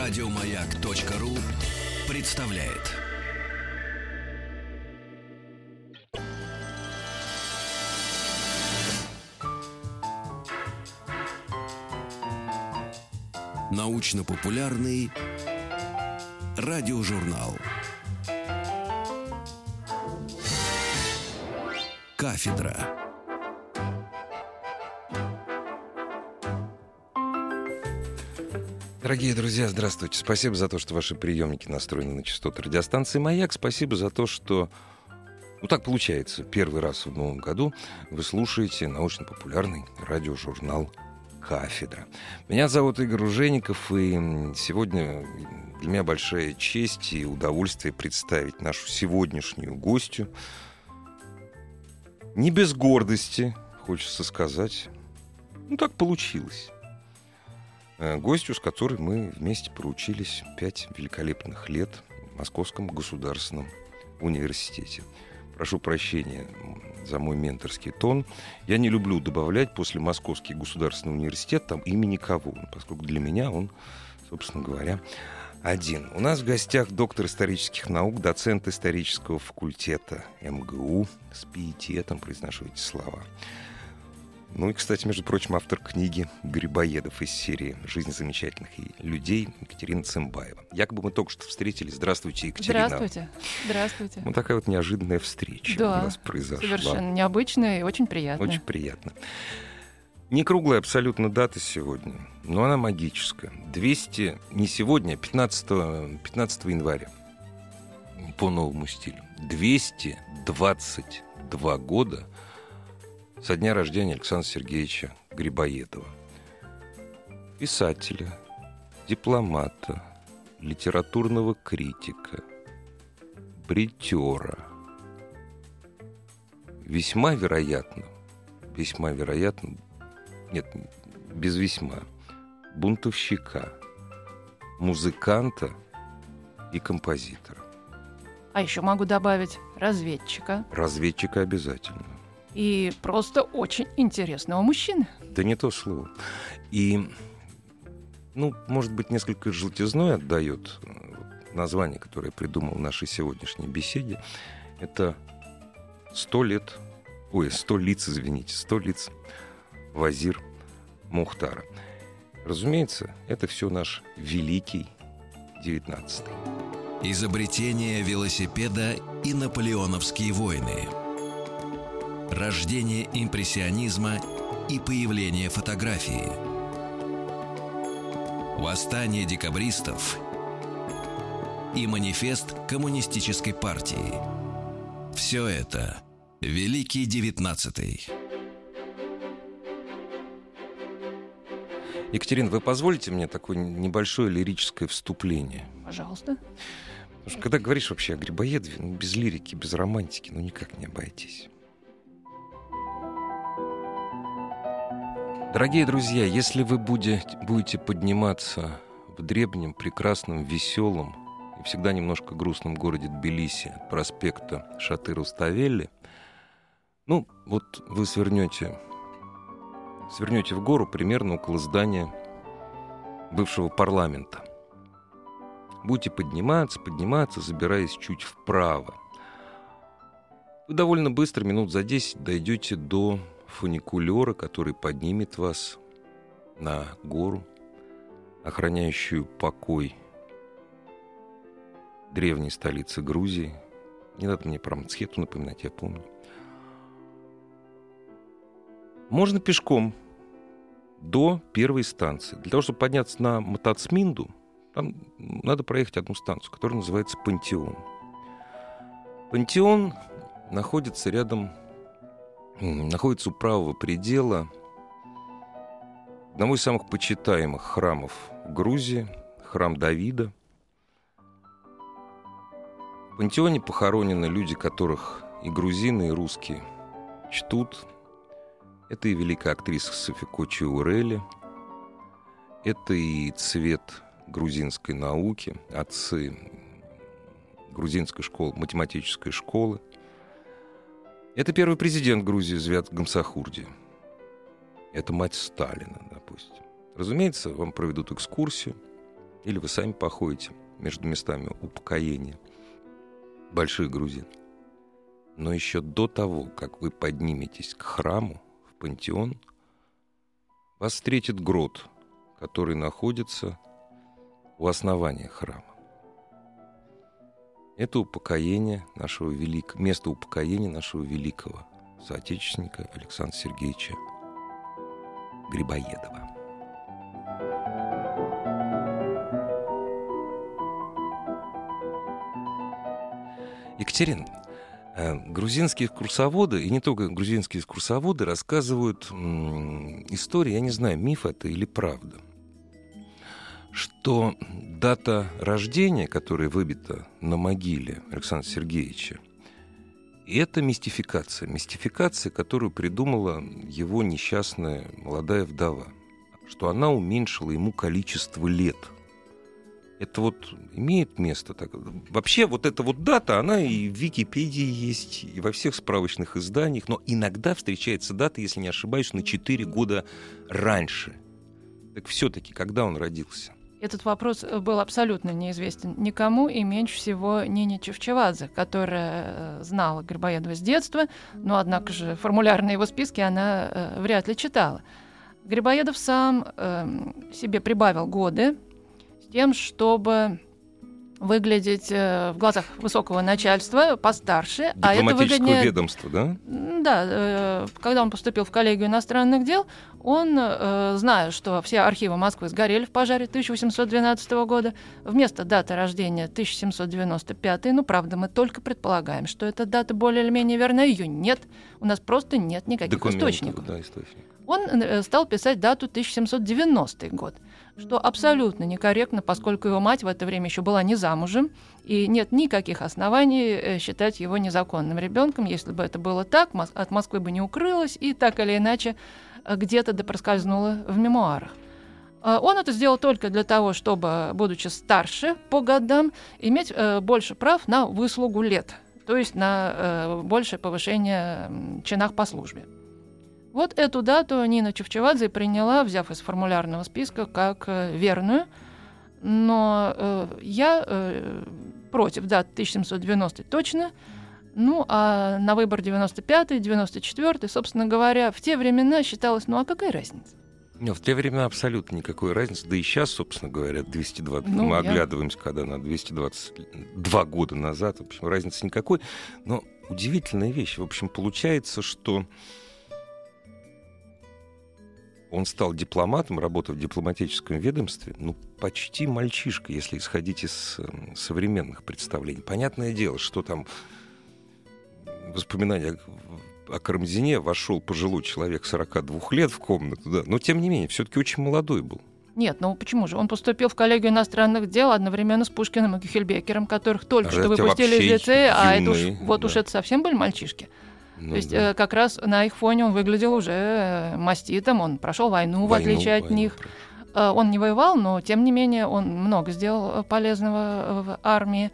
Радиомаяк.ру представляет. Научно-популярный радиожурнал. Кафедра. Дорогие друзья, здравствуйте. Спасибо за то, что ваши приемники настроены на частоты радиостанции «Маяк». Спасибо за то, что, так получается, первый раз в новом году вы слушаете научно-популярный радиожурнал «Кафедра». Меня зовут Игорь Ужеников, и сегодня для меня большая честь и удовольствие представить нашу сегодняшнюю гостью. Не без гордости, хочется сказать. Так получилось. Гостью, с которой мы вместе проучились 5 великолепных лет в Московском государственном университете. Прошу прощения за мой менторский тон. Я не люблю добавлять после Московский государственный университет там имени кого, поскольку для меня он, собственно говоря, один. У нас в гостях доктор исторических наук, доцент исторического факультета МГУ, с пиететом произношу эти слова. И, кстати, между прочим, автор книги Грибоедов из серии «Жизнь замечательных людей» Екатерина Цымбаева. Якобы мы только что встретились. Здравствуйте, Екатерина. Здравствуйте. Здравствуйте. Такая неожиданная встреча у нас произошла. Совершенно необычная и очень приятная. Очень приятно. Не круглая абсолютно дата сегодня, но она магическая. 200, не сегодня, а 15 января по новому стилю. 222 года со дня рождения Александра Сергеевича Грибоедова. Писателя, дипломата, литературного критика, бритера. Весьма вероятно, нет, без весьма, бунтовщика, музыканта и композитора. А еще могу добавить разведчика. Разведчика обязательно. И просто очень интересного мужчины. Да не то слово. И, может быть, несколько желтизной отдает название, которое я придумал в нашей сегодняшней беседе. Это 100 лиц Вазир Мухтара. Разумеется, это все наш великий 19-й. Изобретение велосипеда и наполеоновские войны. Рождение импрессионизма и появление фотографии. Восстание декабристов и манифест коммунистической партии. Все это Великий 19-й. Екатерина, вы позволите мне такое небольшое лирическое вступление? Пожалуйста. Потому что когда говоришь вообще о Грибоедове, без лирики, без романтики, никак не обойтись. Дорогие друзья, если вы будете подниматься в древнем, прекрасном, веселом и всегда немножко грустном городе Тбилиси от проспекта Шаты-Руставели, вы свернете в гору примерно около здания бывшего парламента. Будете подниматься, забираясь чуть вправо. Вы довольно быстро, минут за 10, дойдете до фуникулера, который поднимет вас на гору, охраняющую покой древней столицы Грузии. Не надо мне про Мцхету напоминать, я помню. Можно пешком до первой станции. Для того, чтобы подняться на Мотоцминду, там надо проехать одну станцию, которая называется Пантеон. Пантеон находится у правого предела одного из самых почитаемых храмов в Грузии, храм Давида. В Пантеоне похоронены люди, которых и грузины, и русские чтут. Это и великая актриса Софико Чиурели, это и цвет грузинской науки, отцы грузинской школы, математической школы. Это первый президент Грузии Звят Гамсахурди. Это мать Сталина, допустим. Разумеется, вам проведут экскурсию. или вы сами походите между местами упокоения больших грузин. Но еще до того, как вы подниметесь к храму, в пантеон, вас встретит грот, который находится у основания храма. Это упокоение нашего место упокоения нашего великого соотечественника Александра Сергеевича Грибоедова. Екатерина, грузинские экскурсоводы, и не только грузинские экскурсоводы, рассказывают истории, я не знаю, миф это или правда, что дата рождения, которая выбита на могиле Александра Сергеевича, это мистификация, которую придумала его несчастная молодая вдова, что она уменьшила ему количество лет. Это вот имеет место. Так. Вообще вот эта вот дата, она и в Википедии есть, и во всех справочных изданиях, но иногда встречается дата, если не ошибаюсь, на 4 года раньше. Так все-таки, когда он родился? Этот вопрос был абсолютно неизвестен никому, и меньше всего Нине Чевчевадзе, которая знала Грибоедова с детства, но, однако же, формуляр на его списке она вряд ли читала. Грибоедов сам себе прибавил годы с тем, чтобы выглядеть в глазах высокого начальства постарше. Дипломатического ведомства, да? Да. Когда он поступил в коллегию иностранных дел, он, зная, что все архивы Москвы сгорели в пожаре 1812 года, вместо даты рождения 1795, правда, мы только предполагаем, что эта дата более или менее верна, ее нет, у нас просто нет никаких источников. Да, источник. Он стал писать дату 1790 год, что абсолютно некорректно, поскольку его мать в это время еще была не замужем, и нет никаких оснований считать его незаконным ребенком. Если бы это было так, от Москвы бы не укрылось, и так или иначе где-то да проскользнуло в мемуарах. Он это сделал только для того, чтобы, будучи старше по годам, иметь больше прав на выслугу лет, то есть на большее повышение в чинах по службе. Вот эту дату Нина Чевчевадзе приняла, взяв из формулярного списка, как верную. Но я против даты 1790 точно. Ну, а на выбор 95-й, 94-й, собственно говоря, в те времена считалось, а какая разница? В те времена абсолютно никакой разницы. Да и сейчас, собственно говоря, 220. Мы оглядываемся, когда на 222 года назад. В общем, разницы никакой. Но удивительная вещь. В общем, получается, что он стал дипломатом, работая в дипломатическом ведомстве, почти мальчишка, если исходить из современных представлений. Понятное дело, что там воспоминания о Карамзине вошел пожилой человек 42 лет в комнату, да, но тем не менее, все-таки очень молодой был. Нет, почему же? Он поступил в коллегию иностранных дел одновременно с Пушкиным и Кюхельбекером, которых только что выпустили из лицея, а это уж это совсем были мальчишки. То есть как раз на их фоне он выглядел уже маститом, он прошел войну, в отличие от них. Он не воевал, но тем не менее он много сделал полезного в армии.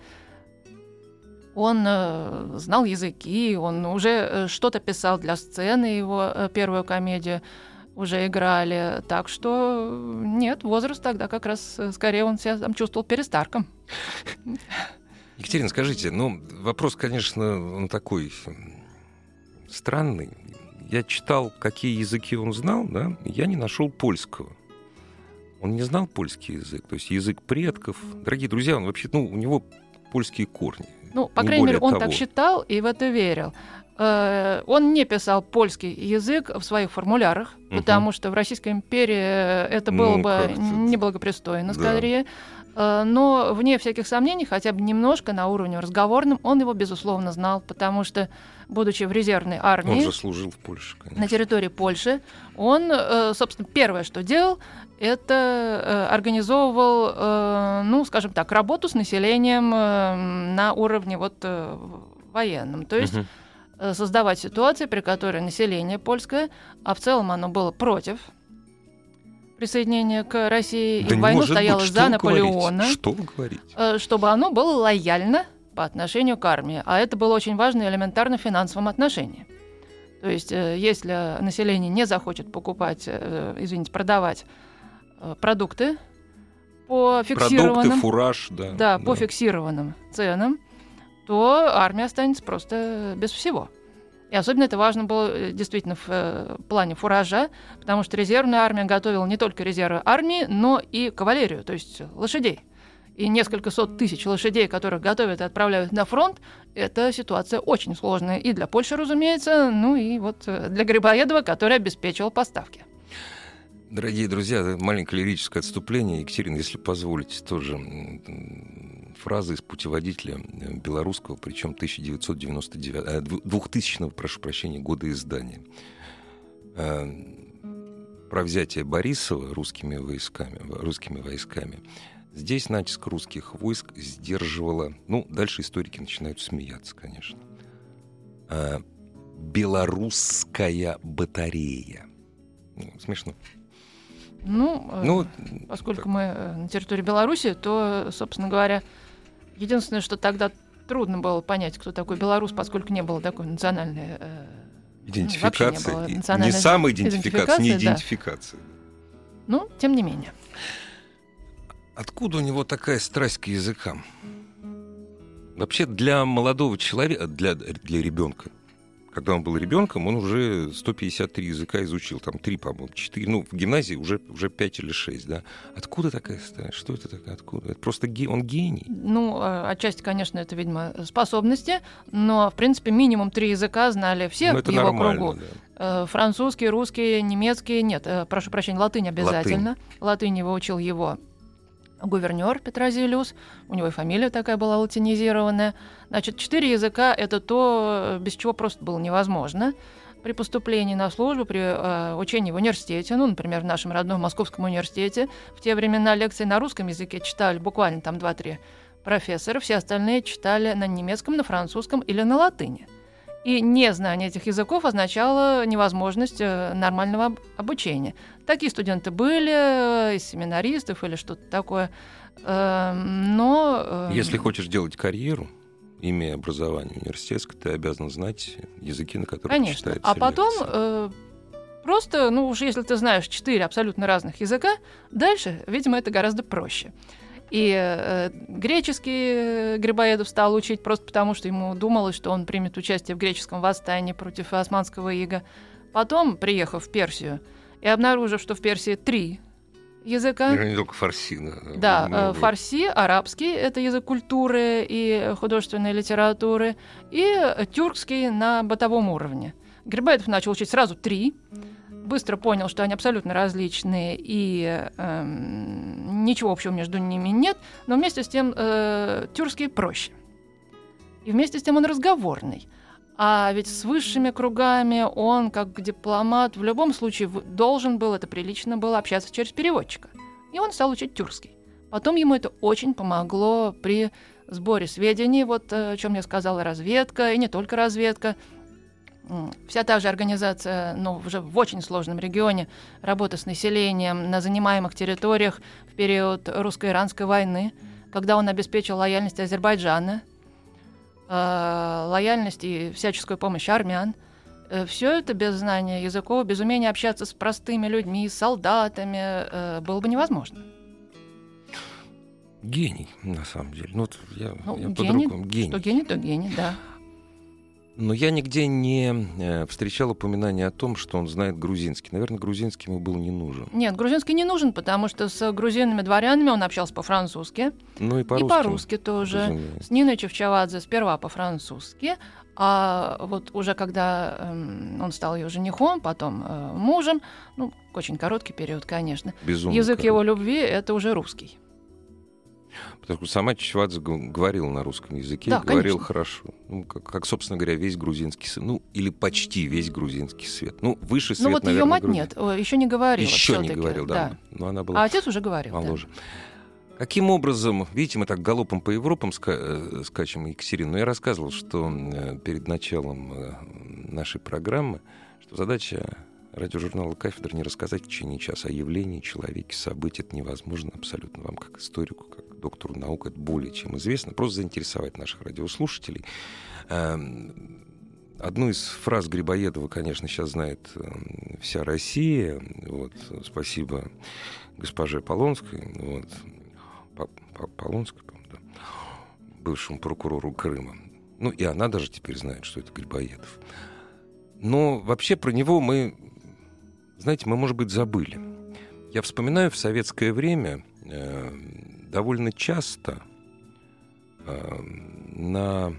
Он знал языки, он уже что-то писал для сцены, его первую комедию уже играли. Так что нет, возраст тогда как раз скорее он себя там чувствовал перестарком. Екатерина, скажите, вопрос, конечно, он такой странный. Я читал, какие языки он знал, да, и я не нашел польского. Он не знал польский язык, то есть язык предков. Дорогие друзья, он вообще, у него польские корни. По крайней мере, он так считал и в это верил. Он не писал польский язык в своих формулярах, потому что в Российской империи это было бы неблагопристойно, скорее. Но вне всяких сомнений, хотя бы немножко на уровне разговорном, он его, безусловно, знал, потому что, будучи в резервной армии... Он же служил в Польше, конечно. На территории Польши. Он, собственно, первое, что делал, это организовывал, скажем так, работу с населением на уровне военном. То есть создавать ситуации, при которой население польское, а в целом оно было против присоединения к России, и в войну стояло за Наполеона. Что вы говорите? Чтобы оно было лояльно по отношению к армии. А это было очень важно и элементарно в финансовом отношении. То есть, если население не захочет продавать продукты по фиксированным... Продукты, фураж, да. Да, по фиксированным ценам, то армия останется просто без всего. И особенно это важно было действительно в плане фуража, потому что резервная армия готовила не только резервы армии, но и кавалерию, то есть лошадей. И несколько сот тысяч лошадей, которых готовят и отправляют на фронт, это ситуация очень сложная и для Польши, разумеется, ну и вот для Грибоедова, который обеспечивал поставки. Дорогие друзья, маленькое лирическое отступление. Екатерина, если позволите, тоже фраза из путеводителя белорусского, причем 2000 прошу прощения, года издания. Про взятие Борисова русскими войсками. Здесь натиск русских войск сдерживала... Ну, дальше историки начинают смеяться, конечно. Белорусская батарея. Смешно. Поскольку мы на территории Беларуси, то, собственно говоря, единственное, что тогда трудно было понять, кто такой белорус, поскольку не было такой национальной... идентификации. Не было национальной не самоидентификации, не идентификации. Да. Ну, тем не менее. Откуда у него такая страсть к языкам? Вообще для молодого человека, для ребенка, когда он был ребенком, он уже 153 языка изучил, там 3, по-моему, 4, в гимназии уже 5 или 6, да. Откуда такая страсть? Что это такое? Откуда? Это просто он гений? Отчасти, конечно, это, видимо, способности, но, в принципе, минимум 3 языка знали все в его кругу. Да. Французский, русский, немецкий, нет, прошу прощения, латынь обязательно. Латынь его учил его гувернер Петрозилиус, у него и фамилия такая была латинизированная. Значит, 4 языка — это то, без чего просто было невозможно. При поступлении на службу, при учении в университете, например, в нашем родном Московском университете, в те времена лекции на русском языке читали буквально там 2-3 профессора, все остальные читали на немецком, на французском или на латыни. И незнание этих языков означало невозможность нормального обучения. Такие студенты были, из семинаристов или что-то такое. Но... Если хочешь делать карьеру, имея образование университетское, ты обязан знать языки, на которых конечно. читается лекция. Потом просто, уж если ты знаешь 4 абсолютно разных языка, дальше, видимо, это гораздо проще. И греческий Грибоедов стал учить просто потому, что ему думалось, что он примет участие в греческом восстании против османского ига. Потом, приехав в Персию и обнаружив, что в Персии 3 языка... Не только фарси. Да, фарси, арабский — это язык культуры и художественной литературы, и тюркский на бытовом уровне. Грибоедов начал учить сразу 3, быстро понял, что они абсолютно различные, и ничего общего между ними нет, но вместе с тем тюркский проще. И вместе с тем он разговорный. А ведь с высшими кругами он, как дипломат, в любом случае должен был, это прилично было, общаться через переводчика. И он стал учить тюркский. Потом ему это очень помогло при сборе сведений, вот о чем я сказала, разведка, и не только разведка. Вся та же организация, уже в очень сложном регионе, работа с населением на занимаемых территориях в период русско-иранской войны, когда он обеспечил лояльность Азербайджана, лояльность и всяческую помощь армян. Все это без знания языков, без умения общаться с простыми людьми, с солдатами, было бы невозможно. Гений, на самом деле. Я гений, по-другому. Гений. Что гений, то гений, да. Но я нигде не встречал упоминания о том, что он знает грузинский. Наверное, грузинский ему был не нужен. Нет, грузинский не нужен, потому что с грузинами-дворянами он общался по-французски. И по-русски тоже. Разумеется. С Ниной Чевчавадзе сперва по-французски, а вот уже когда он стал ее женихом, потом мужем, очень короткий период, конечно, безумно язык короткий. Его любви — это уже русский. Потому что сама Чевчавадзе говорила на русском языке, да, говорила конечно. хорошо. Как, собственно говоря, весь грузинский свет. Или почти весь грузинский свет. Высший свет, вот наверное, ее мать нет, еще не говорила. Еще не говорил, да. Но она была... А отец уже говорил, моложе. Да. Каким образом, видите, мы так галопом по Европам скачем, Екатерина, но я рассказывал, что перед началом нашей программы, что задача радиожурнала «Кафедра» не рассказать в течение часа о явлении, человеке, событии. Это невозможно абсолютно. Вам, как историку, как доктору наук, это более чем известно. Просто заинтересовать наших радиослушателей. Одну из фраз Грибоедова, конечно, сейчас знает вся Россия. Спасибо госпоже Полонской. Полонской, по-моему, да, бывшему прокурору Крыма. Ну, и она даже теперь знает, что это Грибоедов. Но вообще про него мы, знаете, мы, может быть, забыли. Я вспоминаю, в советское время довольно часто на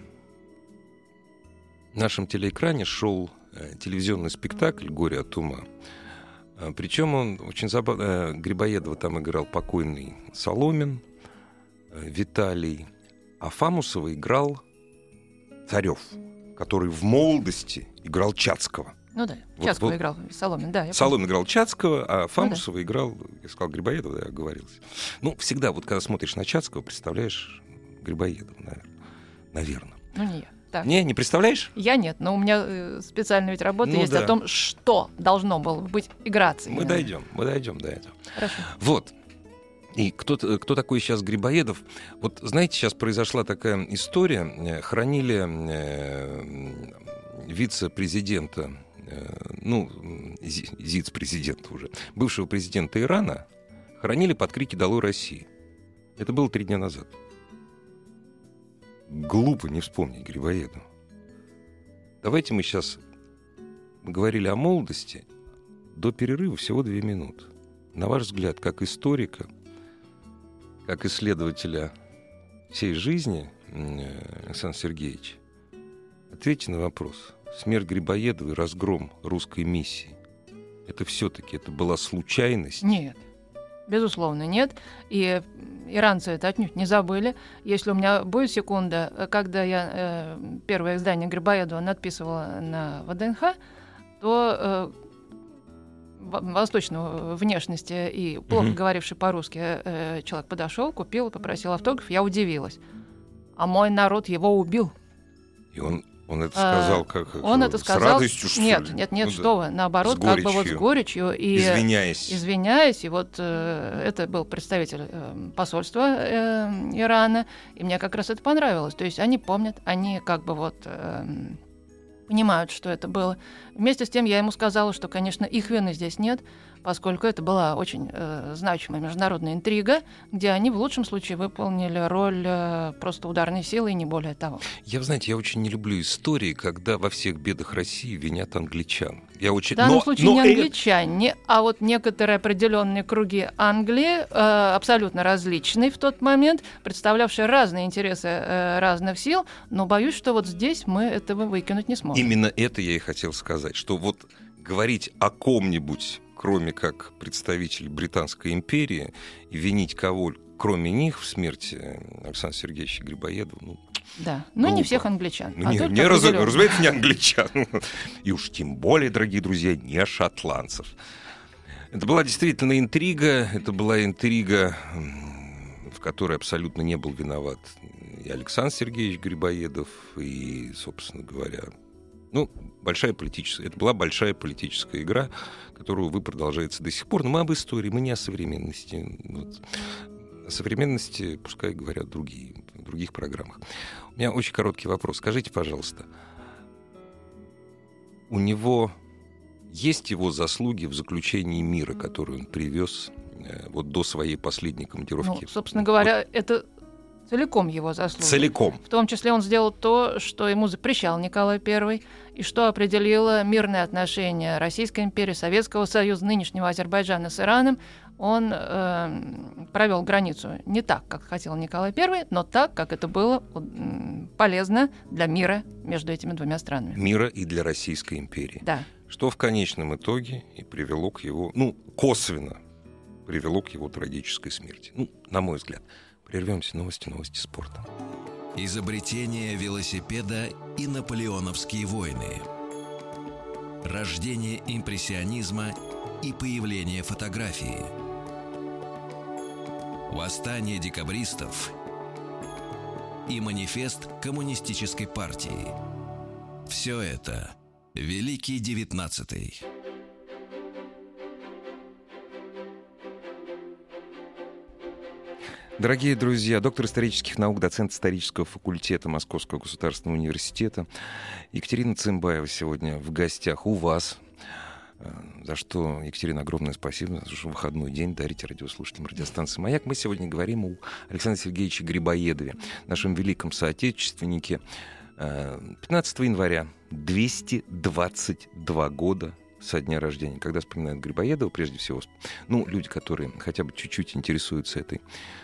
нашем телеэкране шел телевизионный спектакль «Горе от ума». Причем он очень забавно... Грибоедова там играл покойный Соломин, Виталий, а Фамусова играл Царев, который в молодости играл Чацкого. Ну да, Чацкого играл Соломин, да. Соломин играл Чацкого, а Фамусова играл, я сказал Грибоедова, я оговорился. Ну, всегда, вот когда смотришь на Чацкого, представляешь Грибоедова, наверное. Ну, не я. Так. Не представляешь? Я нет, но у меня специальная ведь работа есть о том, что должно было быть играться. Мы дойдем до этого. Хорошо. Вот. И кто такой сейчас Грибоедов? Вот знаете, сейчас произошла такая история. Хранили вице-президента, зиц-президента уже, бывшего президента Ирана, хранили под крики «Долой России». Это было 3 дня назад. Глупо не вспомнить Грибоедова. Давайте мы сейчас... Мы говорили о молодости. До перерыва всего 2 минуты. На ваш взгляд, как историка, как исследователя всей жизни, Александр Сергеевич, ответьте на вопрос. Смерть Грибоедова и разгром русской миссии — это все-таки была случайность? Нет. Безусловно, нет. И иранцы это отнюдь не забыли. Если у меня будет секунда, когда я первое издание Грибоедова надписывала на ВДНХ, то восточной внешности и плохо говоривший по-русски человек подошел, купил, попросил автограф. Я удивилась. А мой народ его убил. И он это сказал как он это сказал, с радостью, что ли? Нет, что вы, наоборот, как бы вот с горечью. И, извиняясь, и вот это был представитель посольства Ирана, и мне как раз это понравилось. То есть они помнят, они как бы вот понимают, что это было. Вместе с тем я ему сказала, что, конечно, их вины здесь нет, поскольку это была очень значимая международная интрига, где они в лучшем случае выполнили роль просто ударной силы и не более того. Я очень не люблю истории, когда во всех бедах России винят англичан. В данном случае не англичане, а вот некоторые определенные круги Англии, абсолютно различные в тот момент, представлявшие разные интересы разных сил, но боюсь, что вот здесь мы этого выкинуть не сможем. Именно это я и хотел сказать, что вот говорить о ком-нибудь, кроме как представителей Британской империи, и винить кого, кроме них, в смерти Александра Сергеевича Грибоедова, да, но не всех англичан. Разумеется, не англичан. И уж тем более, дорогие друзья, не шотландцев. Это была действительно интрига. Это была интрига, в которой абсолютно не был виноват и Александр Сергеевич Грибоедов, и, собственно говоря, это была большая политическая игра, которая, увы, продолжается до сих пор. Но мы об истории, мы не о современности. О современности пускай говорят в других программах. У меня очень короткий вопрос. Скажите, пожалуйста, у него есть его заслуги в заключении мира, который он привез вот до своей последней командировки? Собственно говоря, это целиком его заслуга. Целиком. В том числе он сделал то, что ему запрещал Николай I, и что определило мирные отношения Российской империи, Советского Союза, нынешнего Азербайджана с Ираном. Он провел границу не так, как хотел Николай I, но так, как это было полезно для мира между этими двумя странами. Мира и для Российской империи. Да. Что в конечном итоге и привело к его, косвенно привело к его трагической смерти. На мой взгляд. Прервемся. Новости спорта. Изобретение велосипеда и наполеоновские войны. Рождение импрессионизма и появление фотографии. Восстание декабристов и манифест коммунистической партии. Все это Великий 19-й. Дорогие друзья, доктор исторических наук, доцент исторического факультета Московского государственного университета Екатерина Цымбаева сегодня в гостях у вас. За что, Екатерина, огромное спасибо, за что в выходной день дарите радиослушателям радиостанции «Маяк». Мы сегодня говорим о Александре Сергеевиче Грибоедове, нашем великом соотечественнике. 15 января, 222 года со дня рождения. Когда вспоминают Грибоедова, прежде всего, люди, которые хотя бы чуть-чуть интересуются этой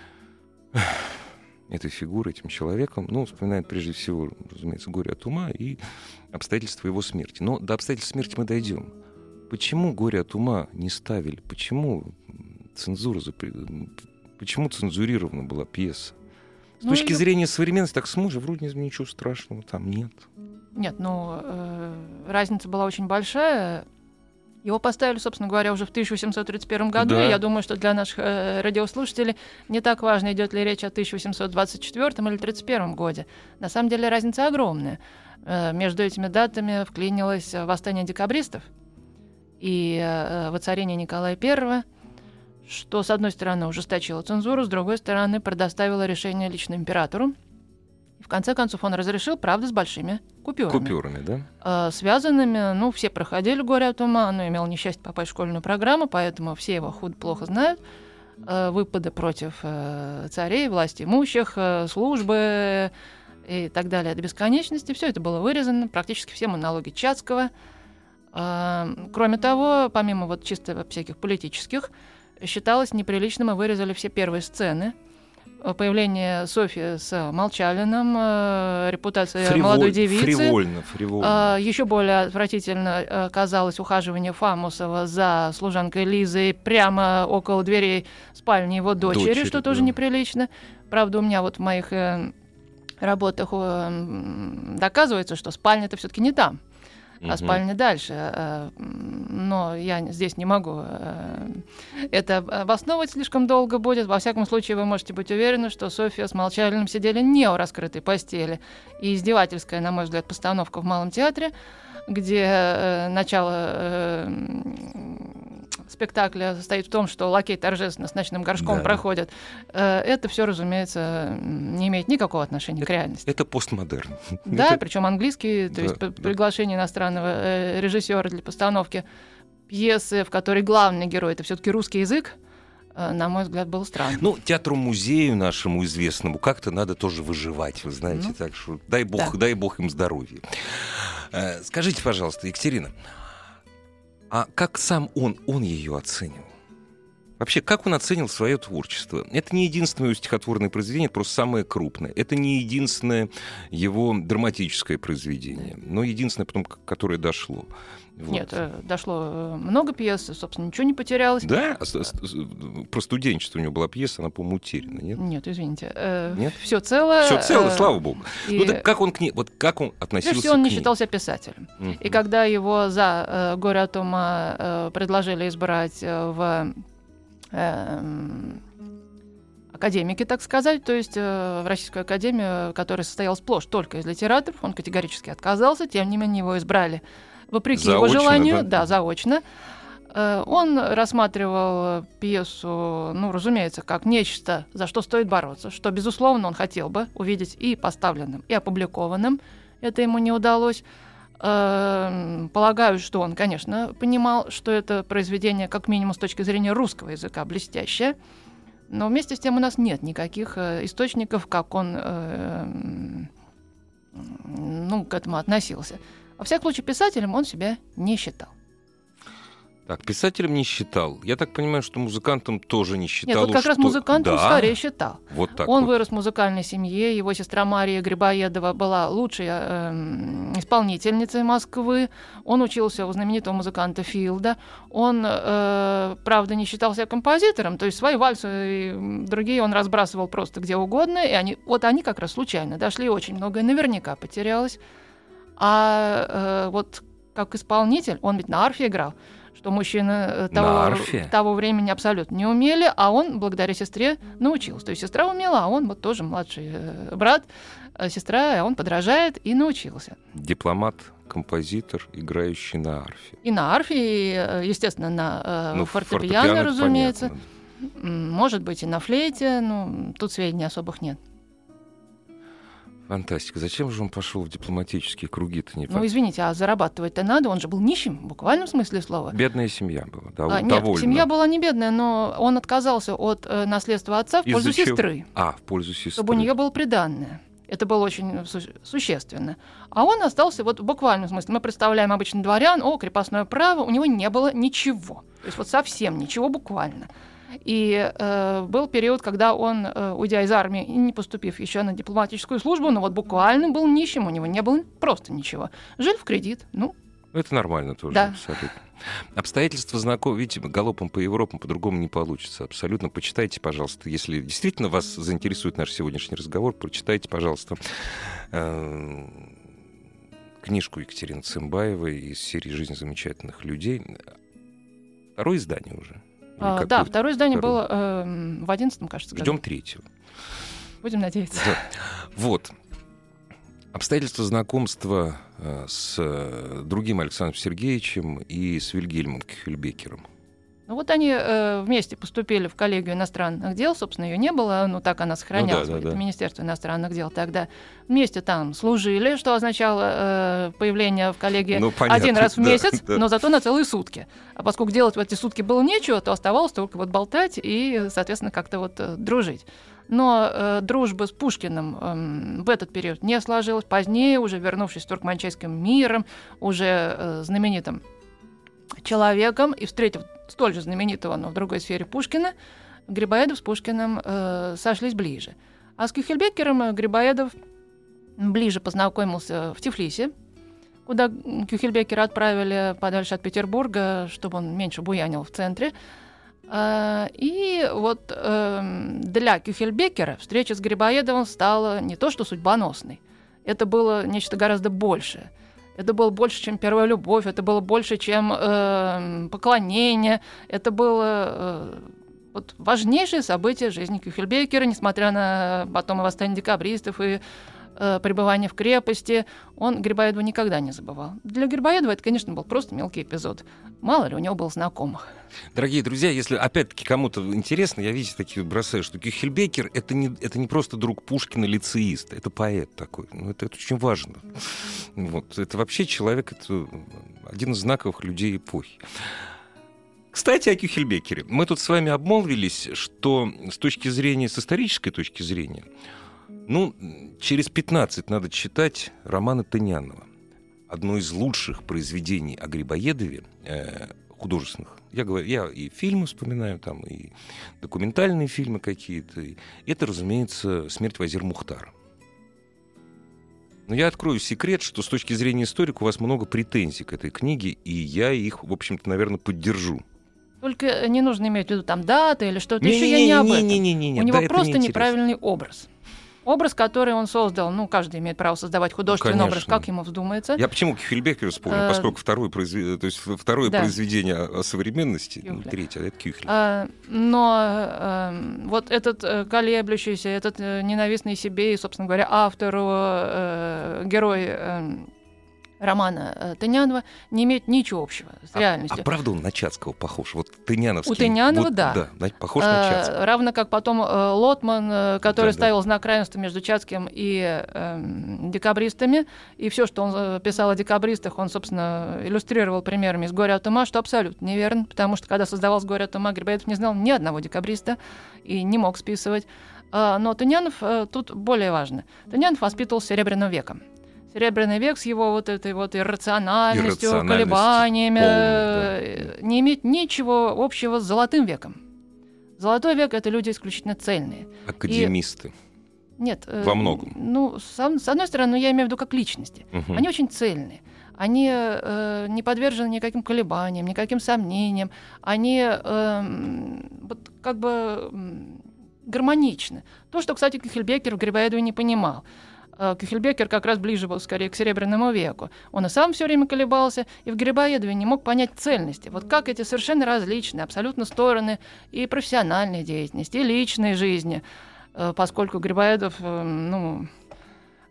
фигурой, этим человеком, вспоминают прежде всего, разумеется, горе от ума и обстоятельства его смерти. Но до обстоятельств смерти мы дойдем. Почему «Горе от ума» не ставили? Почему цензурирована была пьеса? С точки зрения современности, так смотришь, вроде ничего страшного там нет. Нет, разница была очень большая. Его поставили, собственно говоря, уже в 1831 году. Да. И я думаю, что для наших радиослушателей не так важно, идет ли речь о 1824 или 1831 годе. На самом деле разница огромная. Между этими датами вклинилось восстание декабристов и воцарение Николая I, что, с одной стороны, ужесточило цензуру, с другой стороны, предоставило решение лично императору. И в конце концов, он разрешил, правда, с большими купюрами. Купюрами, да? Связанными, все проходили «Горе от ума», оно имело несчастье попасть в школьную программу, поэтому все его худо-плохо знают. Выпады против царей, власти имущих, службы и так далее до бесконечности. Все это было вырезано, практически все монологи Чацкого. Кроме того, помимо чисто всяких политических, считалось неприличным, и вырезали все первые сцены. Появление Софьи с Молчалиным, репутация молодой девицы. Фривольно. Еще более отвратительно казалось ухаживание Фамусова за служанкой Лизой прямо около дверей спальни его дочери, что тоже неприлично. Правда, у меня в моих работах доказывается, что спальня-то все-таки не там, а спальня дальше. Но я здесь не могу это обосновывать, слишком долго будет. Во всяком случае, вы можете быть уверены, что Софья с Молчалиным сидели не у раскрытой постели. И издевательская, на мой взгляд, постановка в Малом театре, где начало спектакля состоит в том, что лакей торжественно с ночным горшком проходит. Это все, разумеется, не имеет никакого отношения к реальности. Это постмодерн. Да, причем английский, то есть приглашение иностранного режиссера для постановки пьесы, в которой главный герой — это все-таки русский язык, на мой взгляд, было странно. Театру-музею нашему известному как-то надо тоже выживать, вы знаете, так что дай бог им здоровья. Скажите, пожалуйста, Екатерина, а как сам он ее оценил? Вообще, как он оценил свое творчество? Это не единственное его стихотворное произведение, это просто самое крупное. Это не единственное его драматическое произведение, но единственное, потом, которое дошло. Нет, дошло много пьес, собственно, ничего не потерялось. Да? Про студенчество у него была пьеса, она, по-моему, утеряна, нет? Нет, извините. Нет? Все целое. Все целое, слава богу. Так как он к ней, как он относился к ней? Прежде всего, он не считался писателем. И когда его за «Горе от ума» предложили избрать в академики, так сказать, то есть в Российскую академию, которая состояла сплошь только из литераторов, он категорически отказался, тем не менее его избрали вопреки заочно, его желанию, да, заочно. Он рассматривал пьесу, разумеется, как нечто, за что стоит бороться, что, безусловно, он хотел бы увидеть и поставленным, и опубликованным. Это ему не удалось. Полагаю, что он, конечно, понимал, что это произведение, как минимум, с точки зрения русского языка, блестящее. Но вместе с тем у нас нет никаких источников, как он к этому относился. Во всяком случае, писателем он себя не считал. Так, писателем не считал. Я так понимаю, что музыкантом тоже не считал. Нет, как раз музыкантом скорее считал. Вот так он вырос в музыкальной семье. Его сестра Мария Грибоедова была лучшей исполнительницей Москвы. Он учился у знаменитого музыканта Филда. Он, правда, не считал себя композитором. То есть свои вальсы и другие он разбрасывал просто где угодно. И они как раз случайно дошли. Очень многое наверняка потерялось. А как исполнитель, он ведь на арфе играл, что мужчины того времени абсолютно не умели, а он, благодаря сестре, научился. То есть сестра умела, а он тоже младший брат, сестра, а он подражает и научился. Дипломат, композитор, играющий на арфе. И на арфе, и, естественно, на фортепиано, разумеется. Понятно. Может быть, и на флейте, тут сведений особых нет. Фантастика. Зачем же он пошел в дипломатические круги-то? Ну, извините, а зарабатывать-то надо, он же был нищим, в буквальном смысле слова. Бедная семья была, Нет, довольно. семья была не бедная, но он отказался от наследства отца в пользу сестры. В пользу сестры. Чтобы у нее было приданное. Это было очень существенно. А он остался вот в буквальном смысле. Мы представляем обычно дворян, крепостное право, у него не было ничего. То есть вот совсем ничего буквально. И был период, когда он, уйдя из армии и не поступив еще на дипломатическую службу, но вот буквально был нищим, у него не было просто ничего. Жил в кредит. Это нормально тоже, да. Абсолютно. Обстоятельства знакомы, видите, галопом по Европам по-другому не получится. Абсолютно. Почитайте, пожалуйста, если действительно вас заинтересует наш сегодняшний разговор, прочитайте, пожалуйста, книжку Екатерины Цымбаевой из серии «Жизнь замечательных людей». Второе издание уже. Да, второе издание было в 11-м, кажется, году. Ждем третьего. Будем надеяться. Да. Вот. Обстоятельства знакомства с другим Александром Сергеевичем и с Вильгельмом Кюхельбекером. Вот они вместе поступили в коллегию иностранных дел, собственно, ее не было, но так она сохранялась, это Министерство иностранных дел тогда. Вместе там служили, что означало появление в коллегии один раз в месяц, но зато на целые сутки. А поскольку делать в эти сутки было нечего, то оставалось только вот болтать и, соответственно, как-то вот дружить. Но дружба с Пушкиным в этот период не сложилась. Позднее, уже вернувшись с Туркманчайским миром, уже знаменитым человеком и встретив столь же знаменитого, но в другой сфере Пушкина, Грибоедов с Пушкиным сошлись ближе. А с Кюхельбекером Грибоедов ближе познакомился в Тифлисе, куда Кюхельбекера отправили подальше от Петербурга, чтобы он меньше буянил в центре. И вот для Кюхельбекера встреча с Грибоедовым стала не то что судьбоносной, это было нечто гораздо большее. Это было больше, чем первая любовь, это было больше, чем поклонение, это было вот важнейшее событие жизни Кюхельбекера, несмотря на потом и восстание декабристов, и пребывание в крепости, он Грибоедова никогда не забывал. Для Грибоедова это, конечно, был просто мелкий эпизод. Мало ли у него было знакомых. Дорогие друзья, если опять-таки кому-то интересно, я, видите, такие бросаю, что Кюхельбекер это не просто друг Пушкина, лицеист, это поэт такой. Это очень важно. Вот. Это вообще человек, это один из знаковых людей эпохи. Кстати, о Кюхельбекере. Мы тут с вами обмолвились, что с исторической точки зрения, через 15 надо читать романы Тынянова. Одно из лучших произведений о Грибоедове, художественных. Я и фильмы вспоминаю, там, и документальные фильмы какие-то. Это, разумеется, «Смерть Вазир Мухтара». Но я открою секрет, что с точки зрения историка у вас много претензий к этой книге, и я их, в общем-то, наверное, поддержу. Только не нужно иметь в виду там даты или что-то еще, я не об этом. У него просто неправильный образ. Образ, который он создал, каждый имеет право создавать художественный образ, как ему вздумается. Я почему Кюхельбекера вспомнил, поскольку второе произведение о современности, третье, это Кюхель. Но вот этот колеблющийся, этот ненавистный себе и, собственно говоря, автору, герой романа Тынянова не имеет ничего общего с реальностью. А правда он на Чацкого похож? Вот Тыняновский. У Тынянова, да. Похож на Чацкого. Равно как потом Лотман, который ставил знак равенства между Чацким и декабристами. И все, что он писал о декабристах, он, собственно, иллюстрировал примерами из «Горя от ума», что абсолютно неверно, потому что, когда создавалось «Горе от ума», Грибоедов не знал ни одного декабриста и не мог списывать. Но Тынянов тут более важно. Тынянов воспитывался Серебряным веком. Серебряный век с его вот этой вот иррациональностью, колебаниями не имеет ничего общего с Золотым веком. Золотой век — это люди исключительно цельные. Академисты. Нет. Во многом. С одной стороны, я имею в виду как личности. Они очень цельные. Они не подвержены никаким колебаниям, никаким сомнениям. Они гармоничны. То, что, кстати, Кюхельбекер в Грибоедове не понимал. Кюхельбекер как раз ближе был скорее к Серебряному веку. Он и сам все время колебался, и в Грибоедове не мог понять цельности. Вот как эти совершенно различные, абсолютно стороны и профессиональной деятельности, и личной жизни, поскольку Грибоедов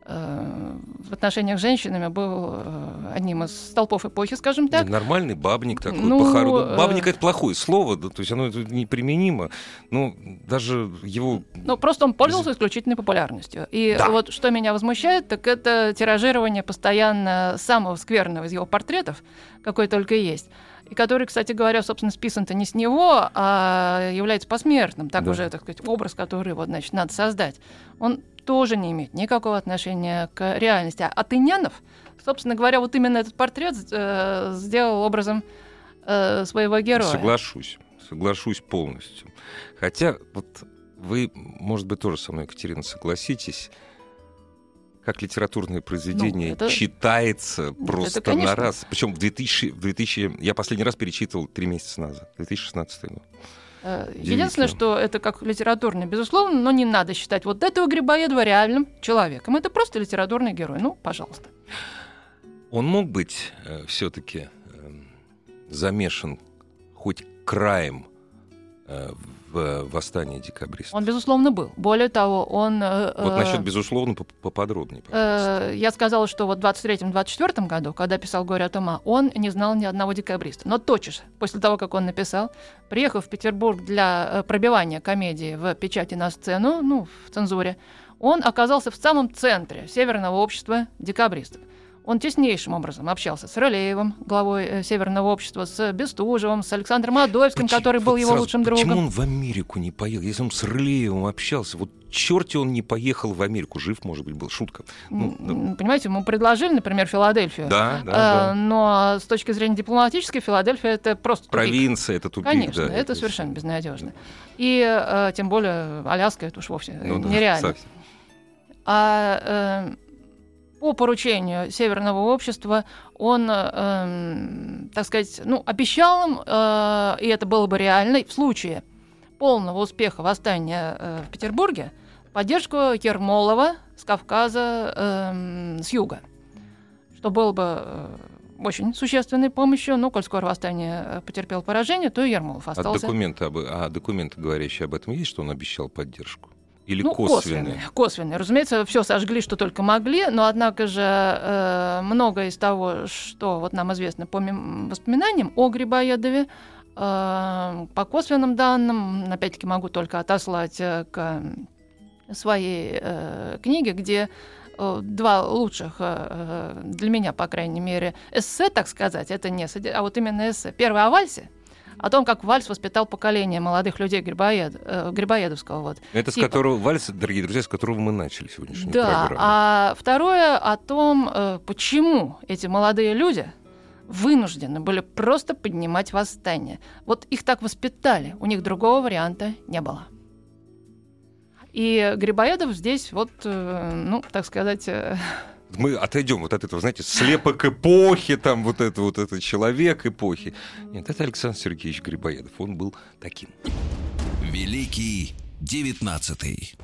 в отношениях с женщинами был одним из столпов эпохи, скажем так. Нормальный бабник такой. Бабник — это плохое слово, да, то есть оно неприменимо. Ну, даже его... Ну, просто он пользовался исключительной популярностью. И вот что меня возмущает, так это тиражирование постоянно самого скверного из его портретов, какой только есть. И который, кстати говоря, собственно, списан-то не с него, а является посмертным. Так уже, так сказать, образ, который вот, значит, надо создать. Он тоже не имеет никакого отношения к реальности. А Тынянов, собственно говоря, вот именно этот портрет сделал образом своего героя. Соглашусь полностью. Хотя вот вы, может быть, тоже со мной, Екатерина, согласитесь, как литературное произведение читается просто на раз. Причем в 2000... Я последний раз перечитывал 3 месяца назад, 2016 год. Единственное, что это как литературное, безусловно, но не надо считать вот этого Грибоедова реальным человеком. Это просто литературный герой. Ну, пожалуйста. Он мог быть все-таки замешан хоть краем в восстании декабристов? Он, безусловно, был. Более того, он... Вот насчет «безусловно» поподробнее, пожалуйста. Я сказала, что вот в 23-24 году, когда писал «Горе от ума», он не знал ни одного декабриста. Но тотчас, после того, как он написал, приехал в Петербург для пробивания комедии в печати на сцену, ну, в цензуре, он оказался в самом центре Северного общества декабристов. Он теснейшим образом общался с Рылеевым, главой Северного общества, с Бестужевым, с Александром Адоевским, который был его лучшим другом. Почему он в Америку не поехал? Если он с Рылеевым общался, вот черти он не поехал в Америку. Жив, может быть, был. Шутка. Понимаете, ему предложили, например, Филадельфию. Да. Но с точки зрения дипломатической, Филадельфия — это просто тупик. Провинция — это тупик. Конечно, это совершенно безнадежно. И тем более Аляска — это уж вовсе нереально. По поручению Северного общества он, так сказать, обещал им, и это было бы реально, в случае полного успеха восстания в Петербурге, поддержку Ермолова с Кавказа, с юга, что было бы очень существенной помощью. Но, коль скоро восстание потерпело поражение, то и Ермолов остался. Документы, говорящие об этом, есть, что он обещал поддержку? Или косвенные? Косвенные. Разумеется, все сожгли, что только могли, но, однако же, многое из того, что вот нам известно по воспоминаниям о Грибоедове, по косвенным данным, опять-таки могу только отослать к своей книге, где 2 лучших, для меня, по крайней мере, эссе, так сказать, это не эссе, а вот именно эссе. Первое о вальсе, о том, как вальс воспитал поколение молодых людей грибоедовского. Вот, это с которого вальс, дорогие друзья, с которого мы начали сегодняшнюю программу. А второе о том, почему эти молодые люди вынуждены были просто поднимать восстание. Вот их так воспитали, у них другого варианта не было. И Грибоедов здесь, вот, так сказать... Мы отойдем вот от этого, знаете, слепок эпохи, там вот это человек эпохи. Нет, это Александр Сергеевич Грибоедов. Он был таким. Великий 19-й.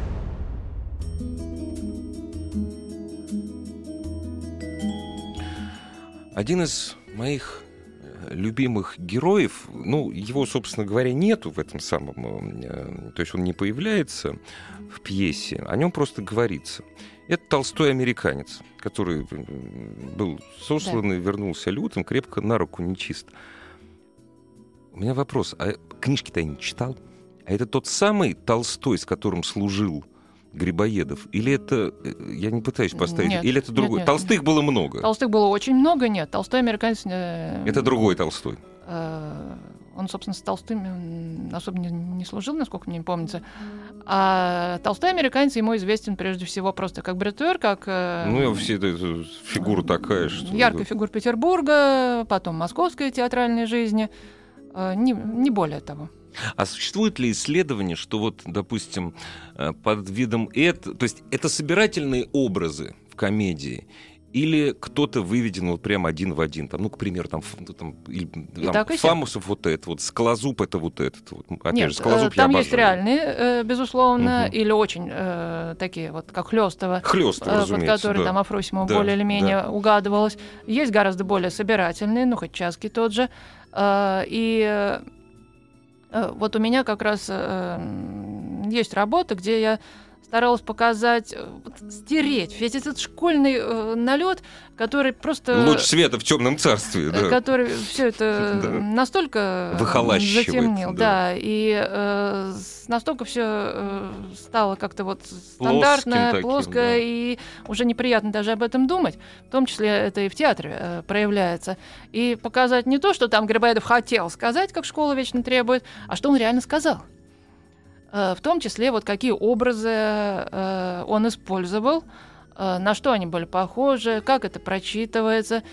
Один из моих любимых героев, его, собственно говоря, нету в этом самом... То есть он не появляется в пьесе, о нем просто говорится. Это Толстой американец, который был сослан и вернулся лютым, крепко на руку нечист. У меня вопрос, а книжки-то я не читал? А это тот самый Толстой, с которым служил Грибоедов? Или это, я не пытаюсь поставить, нет, или это другой? Нет. Толстых было много? Толстых было очень много, нет. Толстой американец... Это другой Толстой? Он, собственно, с Толстым особо не служил, насколько мне помнится. А Толстой американец ему известен прежде всего просто как бретуэр, как... Все это фигура такая, что... Яркая фигура Петербурга, потом московской театральной жизни. Не более того. А существует ли исследование, что вот, допустим, под видом то есть это собирательные образы в комедии, или кто-то выведен вот прям один в один, там, к примеру, Фамусов вот это, вот Скалозуб это вот этот. Вот. Опять же, Скалозуб там я есть реальные, безусловно, или очень такие вот, как Хлёстова, под которые там Афросимова более или менее угадывалось. Есть гораздо более собирательные, хоть Чаский тот же. И вот у меня как раз есть работа, где я старалась показать, стереть весь этот школьный налет, который просто... Луч света в темном царстве, да. Который все это настолько затемнил, да, и настолько все стало как-то вот стандартно, плоско, и уже неприятно даже об этом думать. В том числе это и в театре проявляется. И показать не то, что там Грибоедов хотел сказать, как школа вечно требует, а что он реально сказал. В том числе вот какие образы он использовал, на что они были похожи, как это прочитывается.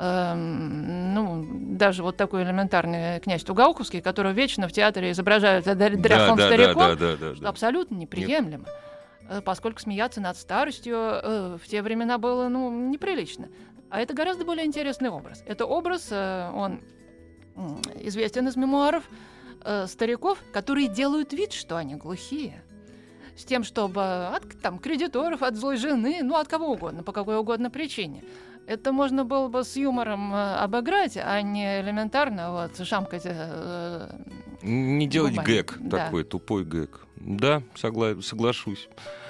Даже вот такой элементарный князь Тугауковский, которого вечно в театре изображают дряхлым стариком, что абсолютно неприемлемо. Поскольку смеяться над старостью в те времена было неприлично. А это гораздо более интересный образ. Это образ, он известен из мемуаров, стариков, которые делают вид, что они глухие, с тем, чтобы от кредиторов, от злой жены, от кого угодно, по какой угодно причине. Это можно было бы с юмором обыграть, а не элементарно шамкать не делать губами. Гэг, такой тупой гэг. Да, соглашусь.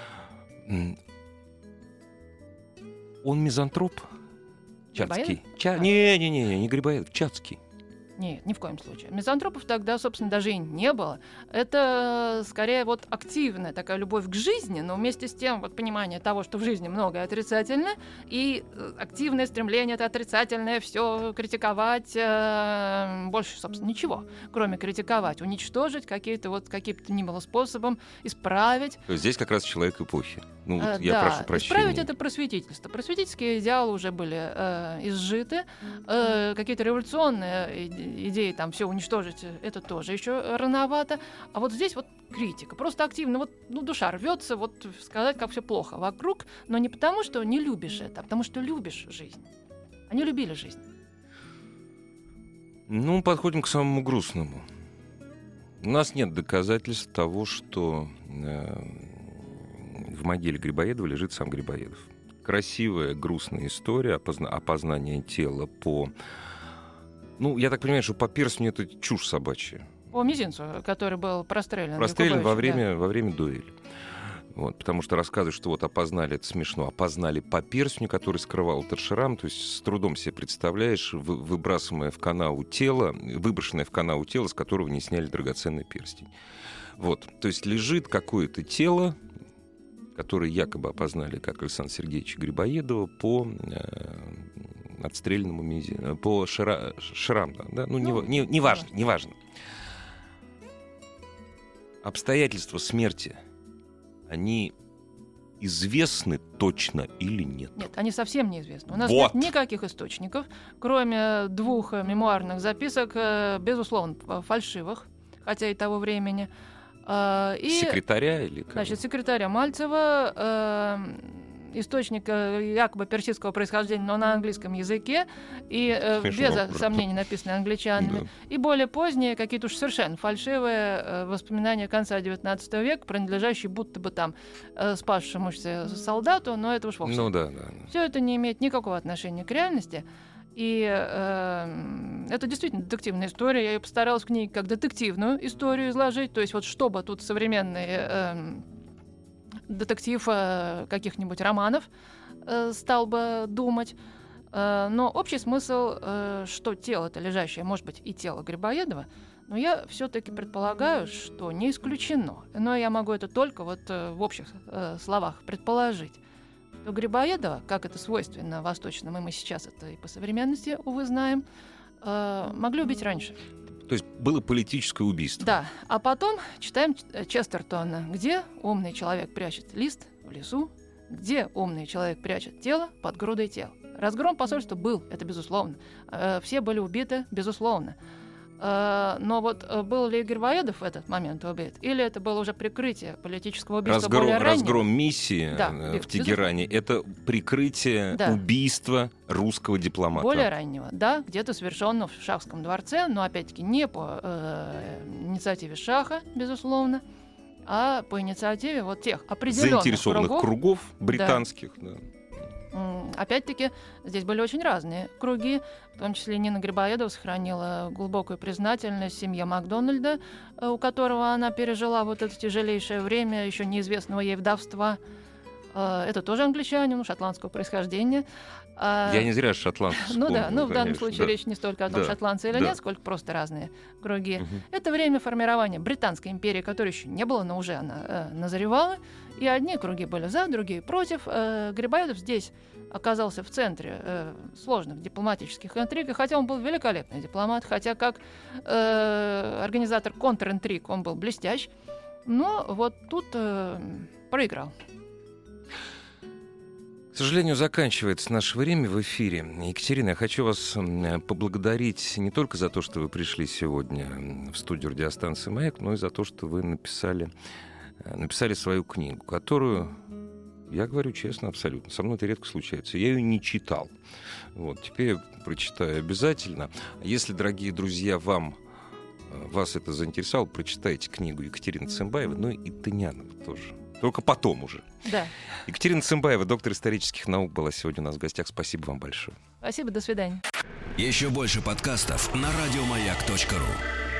Он мизантроп? Чацкий? Не Грибоедов, Чацкий. Нет, ни в коем случае. Мизантропов тогда, собственно, даже и не было. Это скорее вот активная такая любовь к жизни, но вместе с тем вот понимание того, что в жизни многое отрицательно, и активное стремление это отрицательное все критиковать, больше, собственно, ничего, кроме критиковать, уничтожить каким-то ни было способом, исправить. То есть здесь как раз человек эпохи. Я прошу прощения. Исправить это просветительство. Просветительские идеалы уже были изжиты, какие-то революционные идеи там все уничтожить, это тоже еще рановато. А вот здесь вот критика, просто активно, душа рвется сказать, как все плохо вокруг, но не потому, что не любишь это, а потому, что любишь жизнь. Они любили жизнь. Подходим к самому грустному. У нас нет доказательств того, что в могиле Грибоедова лежит сам Грибоедов. Красивая, грустная история опознания тела по... я так понимаю, что по перстню это чушь собачья. По мизинцу, который был прострелен. Прострелен во время дуэли. Потому что рассказывают, что опознали, это смешно, опознали по перстню, который скрывал этот шрам, то есть с трудом себе представляешь, выброшенное в канаву тело, с которого не сняли драгоценный перстень. То есть лежит какое-то тело, которое якобы опознали как Александра Сергеевича Грибоедова по отстрелянному мизинцу, по шраму, да? Неважно. Обстоятельства смерти, они известны точно или нет? Нет, они совсем неизвестны. У нас нет никаких источников, кроме 2 мемуарных записок, безусловно, фальшивых, хотя и того времени. Секретаря или как? Значит, секретаря Мальцева, источник якобы персидского происхождения, но на английском языке, и без сомнений написанный англичанами, да. И более поздние, какие-то уж совершенно фальшивые воспоминания конца XIX века, принадлежащие будто бы там спасшемуся солдату, но это уж вовсе. Все это не имеет никакого отношения к реальности. И это действительно детективная история. Я ее постаралась в книге как детективную историю изложить. То есть чтобы тут современный детектив каких-нибудь романов стал бы думать. Но общий смысл, что тело-то лежащее, может быть, и тело Грибоедова, но я все-таки предполагаю, что не исключено. Но я могу это только в общих словах предположить. То Грибоедова, как это свойственно восточным, и мы сейчас это и по современности, увы, знаем, могли убить раньше. То есть было политическое убийство. Да, а потом читаем Честертона, где умный человек прячет лист в лесу, где умный человек прячет тело под грудой тел. Разгром посольства был, это безусловно. Все были убиты, безусловно. Но был ли Грибоедов в этот момент убит? Или это было уже прикрытие политического убийства более раннего? Разгром миссии в Тегеране — это прикрытие убийства русского дипломата. Более раннего, да, где-то совершенного в Шахском дворце, но опять-таки не по инициативе Шаха, безусловно, а по инициативе тех определенных заинтересованных кругов британских. Да. Опять-таки, здесь были очень разные круги, в том числе Нина Грибоедова сохранила глубокую признательность семье Макдональда, у которого она пережила вот это тяжелейшее время еще неизвестного ей вдовства. Это тоже англичанин, шотландского происхождения. Я не зря шотландцев вспомнил, Ну да, в данном конечно, случае речь не столько о том, шотландцы или нет, сколько просто разные круги. Это время формирования Британской империи, которой еще не было, но уже она назревала. И одни круги были за, другие против. Грибоедов здесь оказался в центре сложных дипломатических интриг, и хотя он был великолепный дипломат, хотя как организатор контринтриг он был блестящ, но вот тут проиграл. К сожалению, заканчивается наше время в эфире. Екатерина, я хочу вас поблагодарить не только за то, что вы пришли сегодня в студию радиостанции «Маяк», но и за то, что вы написали свою книгу, которую, я говорю честно, абсолютно, со мной это редко случается. Я ее не читал. Вот, теперь я прочитаю обязательно. Если, дорогие друзья, вас это заинтересовало, прочитайте книгу Екатерины Цымбаевой, ну и Тынянова тоже. Только потом уже. Да. Екатерина Цымбаева, доктор исторических наук, была сегодня у нас в гостях. Спасибо вам большое. Спасибо, до свидания. Еще больше подкастов на радиомаяк.ру.